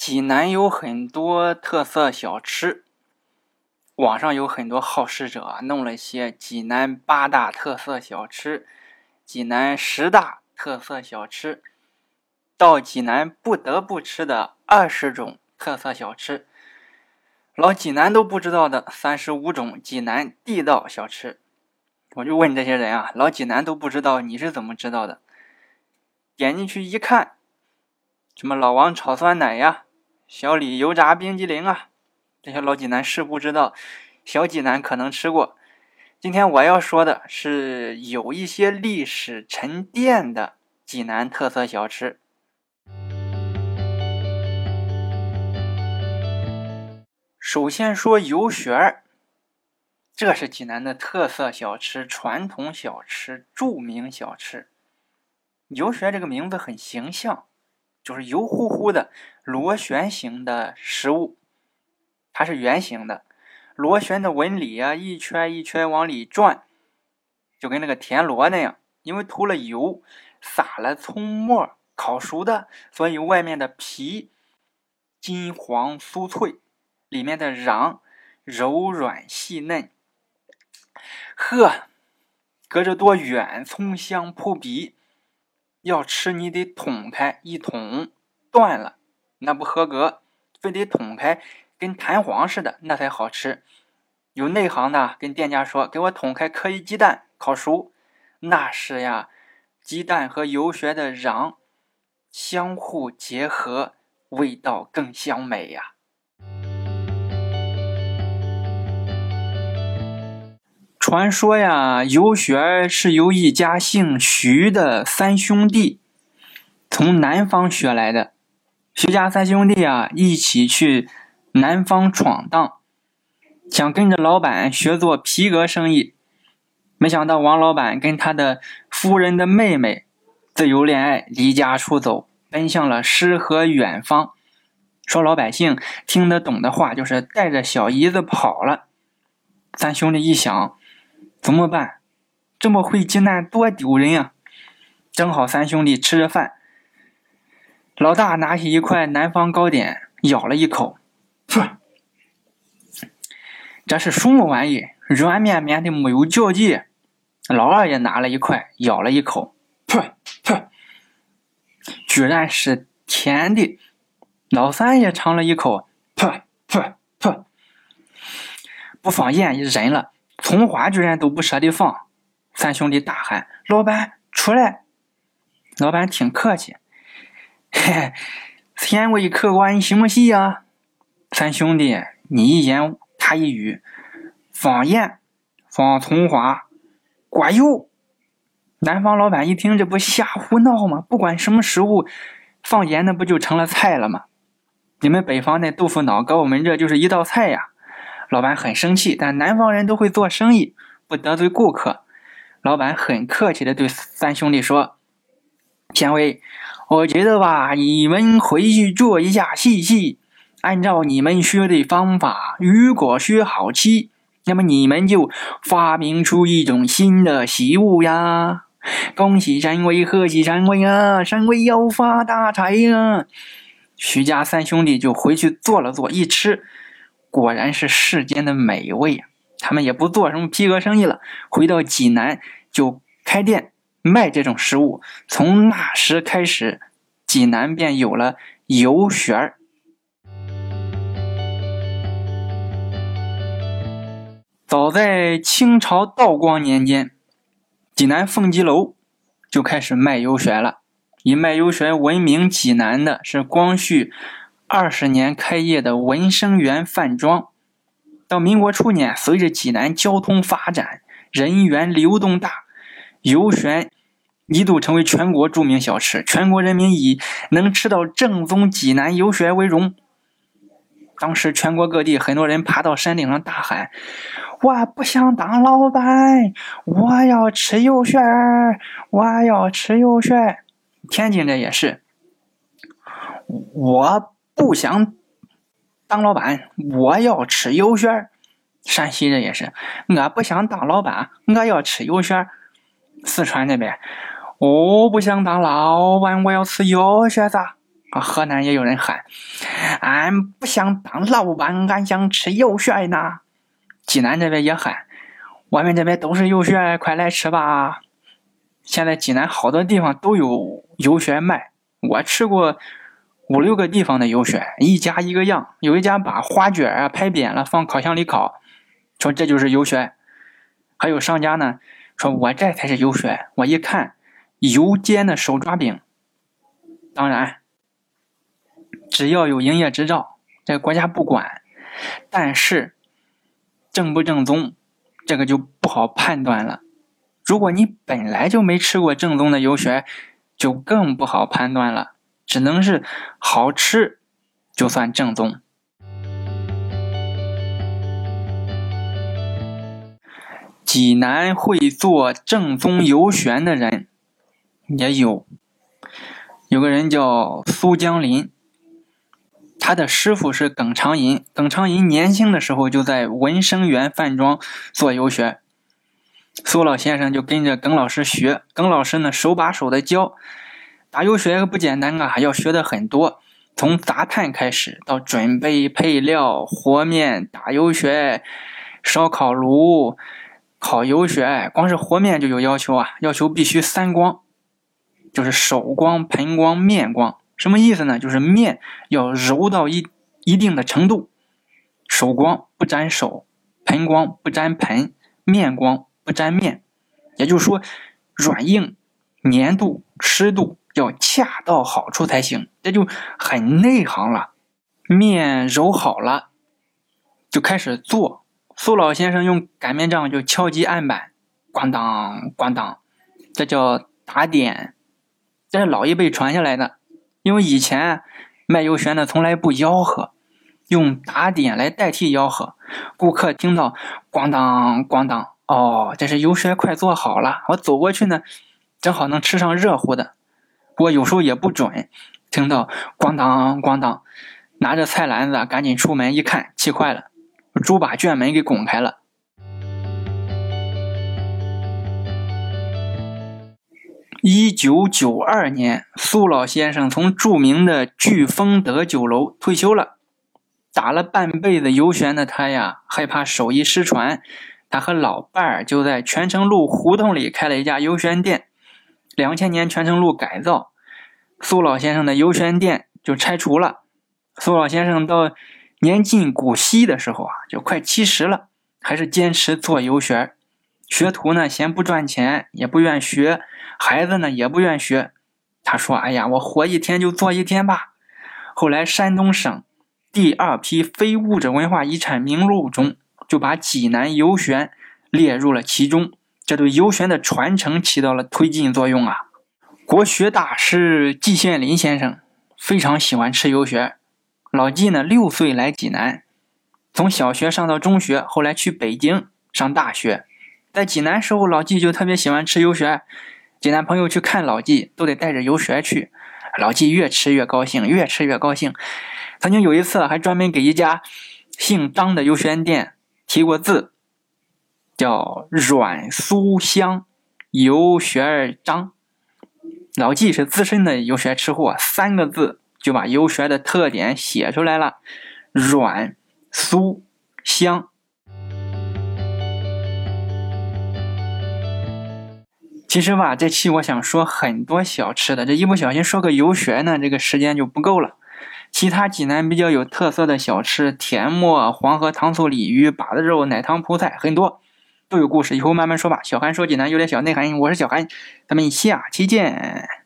济南有很多特色小吃，网上有很多好事者弄了些济南8大特色小吃、济南10大特色小吃，到济南不得不吃的20种特色小吃，老济南都不知道的35种济南地道小吃。我就问这些人啊，老济南都不知道，你是怎么知道的？点进去一看，什么老王炒酸奶呀，小李油炸冰激凌啊，这些老济南是不知道，小济南可能吃过。今天我要说的是有一些历史沉淀的济南特色小吃。首先说油旋儿，这是济南的特色小吃、传统小吃、著名小吃。油旋这个名字很形象，就是油乎乎的螺旋形的食物，它是圆形的，螺旋的纹理啊，一圈一圈往里转，就跟那个田螺那样。因为涂了油，撒了葱末，烤熟的，所以外面的皮金黄酥脆，里面的瓤柔软细嫩。呵，隔着多远，葱香扑鼻。要吃你得捅开，一捅断了，那不合格，非得捅开，跟弹簧似的，那才好吃。有内行的跟店家说，给我捅开磕一鸡蛋烤熟，那是呀，鸡蛋和油旋的瓤相互结合，味道更香美呀。传说呀，油旋是由一家姓徐的三兄弟从南方学来的。徐家三兄弟啊，一起去南方闯荡，想跟着老板学做皮革生意。没想到王老板跟他的夫人的妹妹自由恋爱，离家出走，奔向了诗和远方。说老百姓听得懂的话，就是带着小姨子跑了。三兄弟一想，怎么办？这么会济南多丢人啊！正好三兄弟吃着饭，老大拿起一块南方糕点，咬了一口，这是什么玩意？软绵绵的，没有嚼劲。老二也拿了一块，咬了一口，居然是甜的。老三也尝了一口，不放盐也忍了，葱花居然都不舍得放。三兄弟大喊：老板出来！老板挺客气，嘿，甜味客官行不行啊？三兄弟你一言他一语，放盐，放葱花，刮油。南方老板一听，这不瞎胡闹吗？不管什么食物放盐，那不就成了菜了吗？你们北方那豆腐脑搁我们这就是一道菜呀。老板很生气，但南方人都会做生意，不得罪顾客。老板很客气的对三兄弟说：前辈，我觉得吧，你们回去做一下细细，按照你们学的方法，如果学好吃，那么你们就发明出一种新的食物呀！恭喜三位，贺喜三位啊！三位要发大财啊！徐家三兄弟就回去做了做，一吃，果然是世间的美味啊！他们也不做什么皮革生意了，回到济南就开店卖这种食物。从那时开始，济南便有了油旋儿。早在清朝道光年间，济南凤吉楼就开始卖油旋了。以卖油旋闻名济南的是光绪20年开业的文生园饭庄。到民国初年，随着济南交通发展，人员流动大，油旋一度成为全国著名小吃，全国人民以能吃到正宗济南油旋为荣。当时全国各地很多人爬到山顶上大喊：我不想当老板，我要吃油旋，我要吃油旋。天津这也是，我不想当老板，我要吃油旋。山西这也是，我不想当老板，我要吃油旋。四川这边，我不想当老板，我要吃油旋子。河南也有人喊， 俺不想当老板，俺想吃油旋呐。济南这边也喊，我们这边都是油旋，快来吃吧。现在济南好多地方都有油旋卖，我吃过5、6个地方的油旋，一家一个样。有一家把花卷啊拍扁了放烤箱里烤，说这就是油旋。还有商家呢说我这才是油旋，我一看油煎的手抓饼。当然只要有营业执照，这个国家不管，但是正不正宗这个就不好判断了。如果你本来就没吃过正宗的油旋，就更不好判断了，只能是好吃就算正宗。济南会做正宗油旋的人也有个人叫苏江林，他的师傅是耿长银。耿长银年轻的时候就在文生园饭庄做油旋，苏老先生就跟着耿老师学，耿老师呢手把手的教。打油旋不简单啊，要学的很多，从砸炭开始到准备配料、和面、打油旋、烧烤炉、烤油旋。光是和面就有要求啊，要求必须3光，就是手光、盆光、面光。什么意思呢？就是面要揉到一定的程度，手光不沾手，盆光不沾盆，面光不沾面。也就是说软硬、粘度、湿度要恰到好处才行，这就很内行了。面揉好了就开始做，苏老先生用擀面杖就敲击案板，咣当咣当，这叫打点。这是老一辈传下来的，因为以前卖油旋的从来不吆喝，用打点来代替吆喝。顾客听到咣当咣当，哦，这是油旋快做好了，我走过去呢正好能吃上热乎的。不过有时候也不准，听到咣当咣当，拿着菜篮子赶紧出门一看，气坏了，猪把圈门给拱开了。1992年，苏老先生从著名的聚丰德酒楼退休了。打了半辈子油旋的他呀，害怕手艺失传，他和老伴儿就在泉城路胡同里开了一家油旋店。2000年泉城路改造，苏老先生的油旋店就拆除了。苏老先生到年近古稀的时候啊，就快70了，还是坚持做油旋。学徒呢嫌不赚钱，也不愿学，孩子呢也不愿学。他说哎呀，我活一天就做一天吧。后来山东省第2批非物质文化遗产名录中就把济南油旋列入了其中，这对油旋的传承起到了推进作用啊。国学大师季羡林先生非常喜欢吃油旋。老季呢6岁来济南，从小学上到中学，后来去北京上大学。在济南时候，老季就特别喜欢吃油旋，济南朋友去看老季都得带着油旋去，老季越吃越高兴，越吃越高兴。曾经有一次还专门给一家姓张的油旋店提过字，叫软酥香油旋张。老季是资深的油旋吃货，3个字就把油旋的特点写出来了，软酥香。其实吧，这期我想说很多小吃的，这一不小心说个油旋呢，这个时间就不够了。其他济南比较有特色的小吃，甜沫、黄河糖醋鲤鱼、把子肉、奶糖葡菜，很多都有故事，以后慢慢说吧。小韩说济南有点小内涵，我是小韩，咱们下期见。